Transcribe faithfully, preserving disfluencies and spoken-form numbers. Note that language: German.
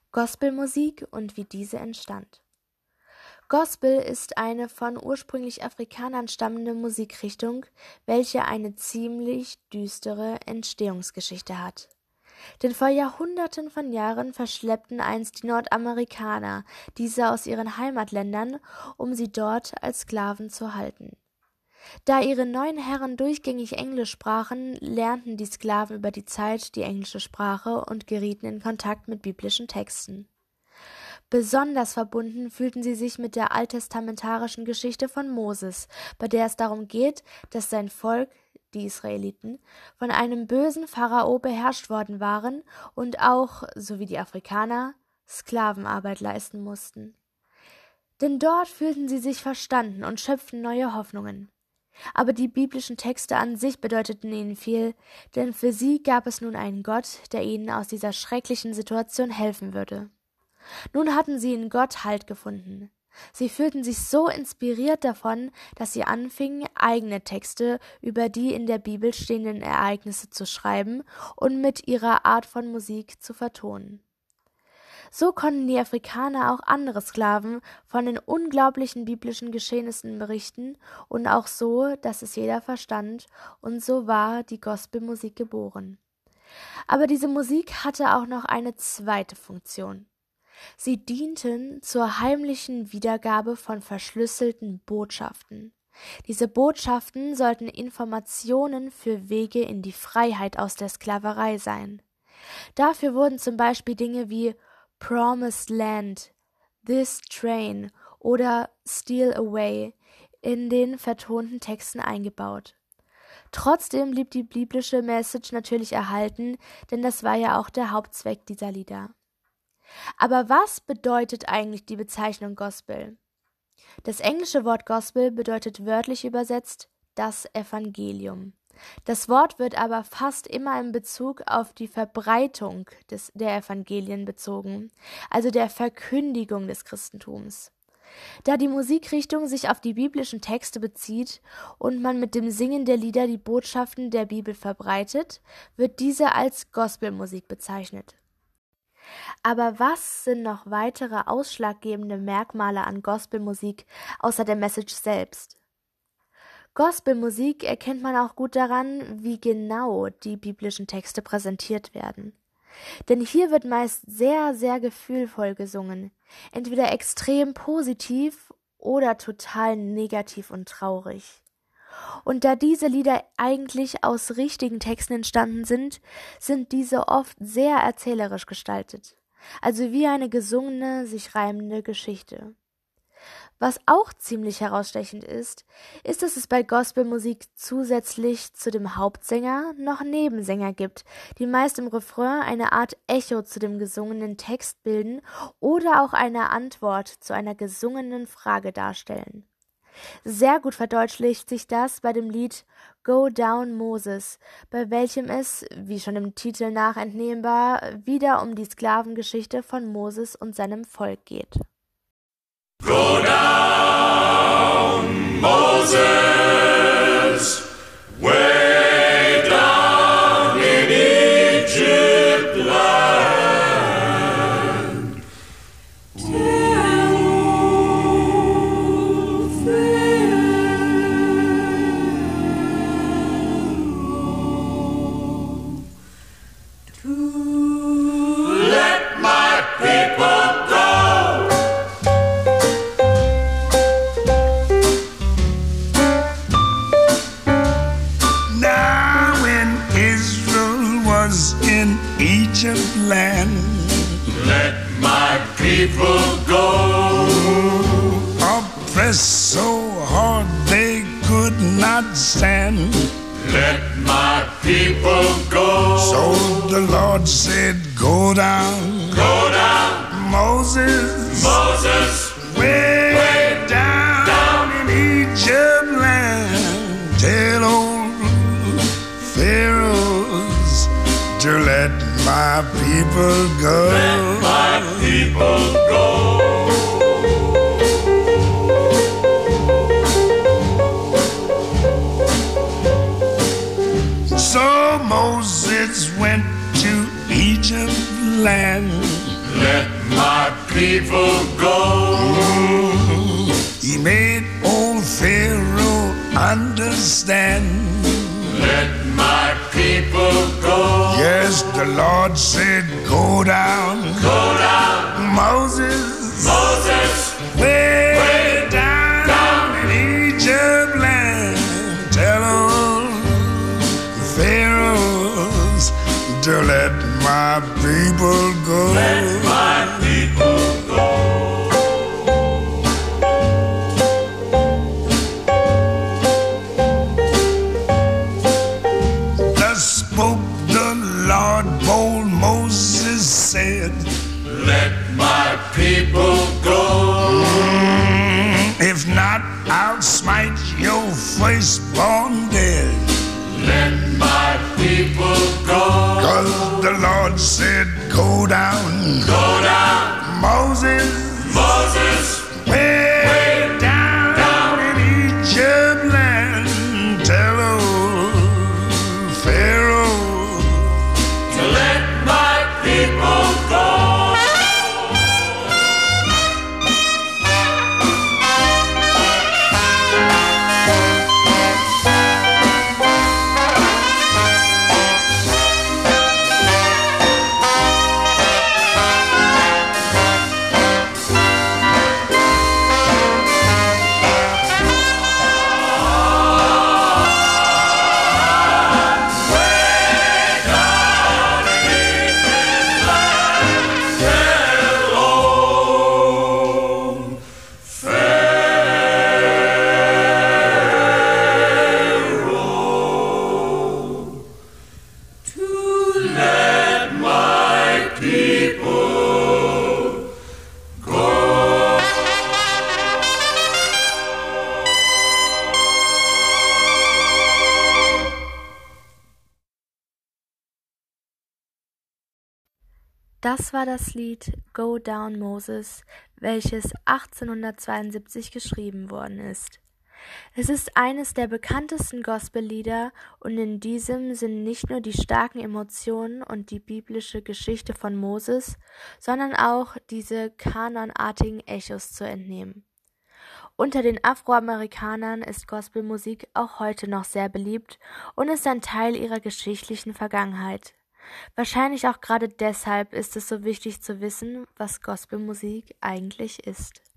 Gospelmusik und wie diese entstand. Gospel ist eine von ursprünglich Afrikanern stammende Musikrichtung, welche eine ziemlich düstere Entstehungsgeschichte hat. Denn vor Jahrhunderten von Jahren verschleppten einst die Nordamerikaner diese aus ihren Heimatländern, um sie dort als Sklaven zu halten. Da ihre neuen Herren durchgängig Englisch sprachen, lernten die Sklaven über die Zeit die englische Sprache und gerieten in Kontakt mit biblischen Texten. Besonders verbunden fühlten sie sich mit der alttestamentarischen Geschichte von Moses, bei der es darum geht, dass sein Volk, die Israeliten, von einem bösen Pharao beherrscht worden waren und auch, so wie die Afrikaner, Sklavenarbeit leisten mussten. Denn dort fühlten sie sich verstanden und schöpften neue Hoffnungen. Aber die biblischen Texte an sich bedeuteten ihnen viel, denn für sie gab es nun einen Gott, der ihnen aus dieser schrecklichen Situation helfen würde. Nun hatten sie in Gott Halt gefunden. Sie fühlten sich so inspiriert davon, dass sie anfingen, eigene Texte über die in der Bibel stehenden Ereignisse zu schreiben und mit ihrer Art von Musik zu vertonen. So konnten die Afrikaner auch andere Sklaven von den unglaublichen biblischen Geschehnissen berichten und auch so, dass es jeder verstand, und so war die Gospelmusik geboren. Aber diese Musik hatte auch noch eine zweite Funktion. Sie dienten zur heimlichen Wiedergabe von verschlüsselten Botschaften. Diese Botschaften sollten Informationen für Wege in die Freiheit aus der Sklaverei sein. Dafür wurden zum Beispiel Dinge wie Promised Land, This Train oder Steal Away in den vertonten Texten eingebaut. Trotzdem blieb die biblische Message natürlich erhalten, denn das war ja auch der Hauptzweck dieser Lieder. Aber was bedeutet eigentlich die Bezeichnung Gospel? Das englische Wort Gospel bedeutet wörtlich übersetzt das Evangelium. Das Wort wird aber fast immer in Bezug auf die Verbreitung des, der Evangelien bezogen, also der Verkündigung des Christentums. Da die Musikrichtung sich auf die biblischen Texte bezieht und man mit dem Singen der Lieder die Botschaften der Bibel verbreitet, wird diese als Gospelmusik bezeichnet. Aber was sind noch weitere ausschlaggebende Merkmale an Gospelmusik außer der Message selbst? Gospelmusik erkennt man auch gut daran, wie genau die biblischen Texte präsentiert werden. Denn hier wird meist sehr, sehr gefühlvoll gesungen, entweder extrem positiv oder total negativ und traurig. Und da diese Lieder eigentlich aus richtigen Texten entstanden sind, sind diese oft sehr erzählerisch gestaltet, also wie eine gesungene, sich reimende Geschichte. Was auch ziemlich herausstechend ist, ist, dass es bei Gospelmusik zusätzlich zu dem Hauptsänger noch Nebensänger gibt, die meist im Refrain eine Art Echo zu dem gesungenen Text bilden oder auch eine Antwort zu einer gesungenen Frage darstellen. Sehr gut verdeutlicht sich das bei dem Lied Go Down Moses, bei welchem es, wie schon im Titel nach entnehmbar, wieder um die Sklavengeschichte von Moses und seinem Volk geht. Go down, Moses, way down in Egypt land. Tell Pharaoh to let my people go. Egypt land. Let my people go. Oppressed so hard they could not stand. Let my people go. So the Lord said, go down. Go down. Moses. Moses. Way, way down, down in Egypt land. Tell old Pharaohs to let my people go. Let my people go. So Moses went to Egypt land. Let my people go. He made old Pharaoh understand. Let my people go. Yes, the Lord said, go down. Go down, Moses, Moses, way, way down, down in Egypt land. Tell all the pharaohs to let my people go. let my people go. Thus spoke the Lord, bold Moses said, Let my people go. if not, I'll smite your firstborn dead. Let my people go. Cause the Lord said, go down, Go down, Moses, Moses, way, way down, down in Egypt land. Tell old Pharaoh to let my people go. Das war das Lied Go Down Moses, welches achtzehnhundertzweiundsiebzig geschrieben worden ist. Es ist eines der bekanntesten Gospellieder und in diesem sind nicht nur die starken Emotionen und die biblische Geschichte von Moses, sondern auch diese kanonartigen Echos zu entnehmen. Unter den Afroamerikanern ist Gospelmusik auch heute noch sehr beliebt und ist ein Teil ihrer geschichtlichen Vergangenheit. Wahrscheinlich auch gerade deshalb ist es so wichtig zu wissen, was Gospelmusik eigentlich ist.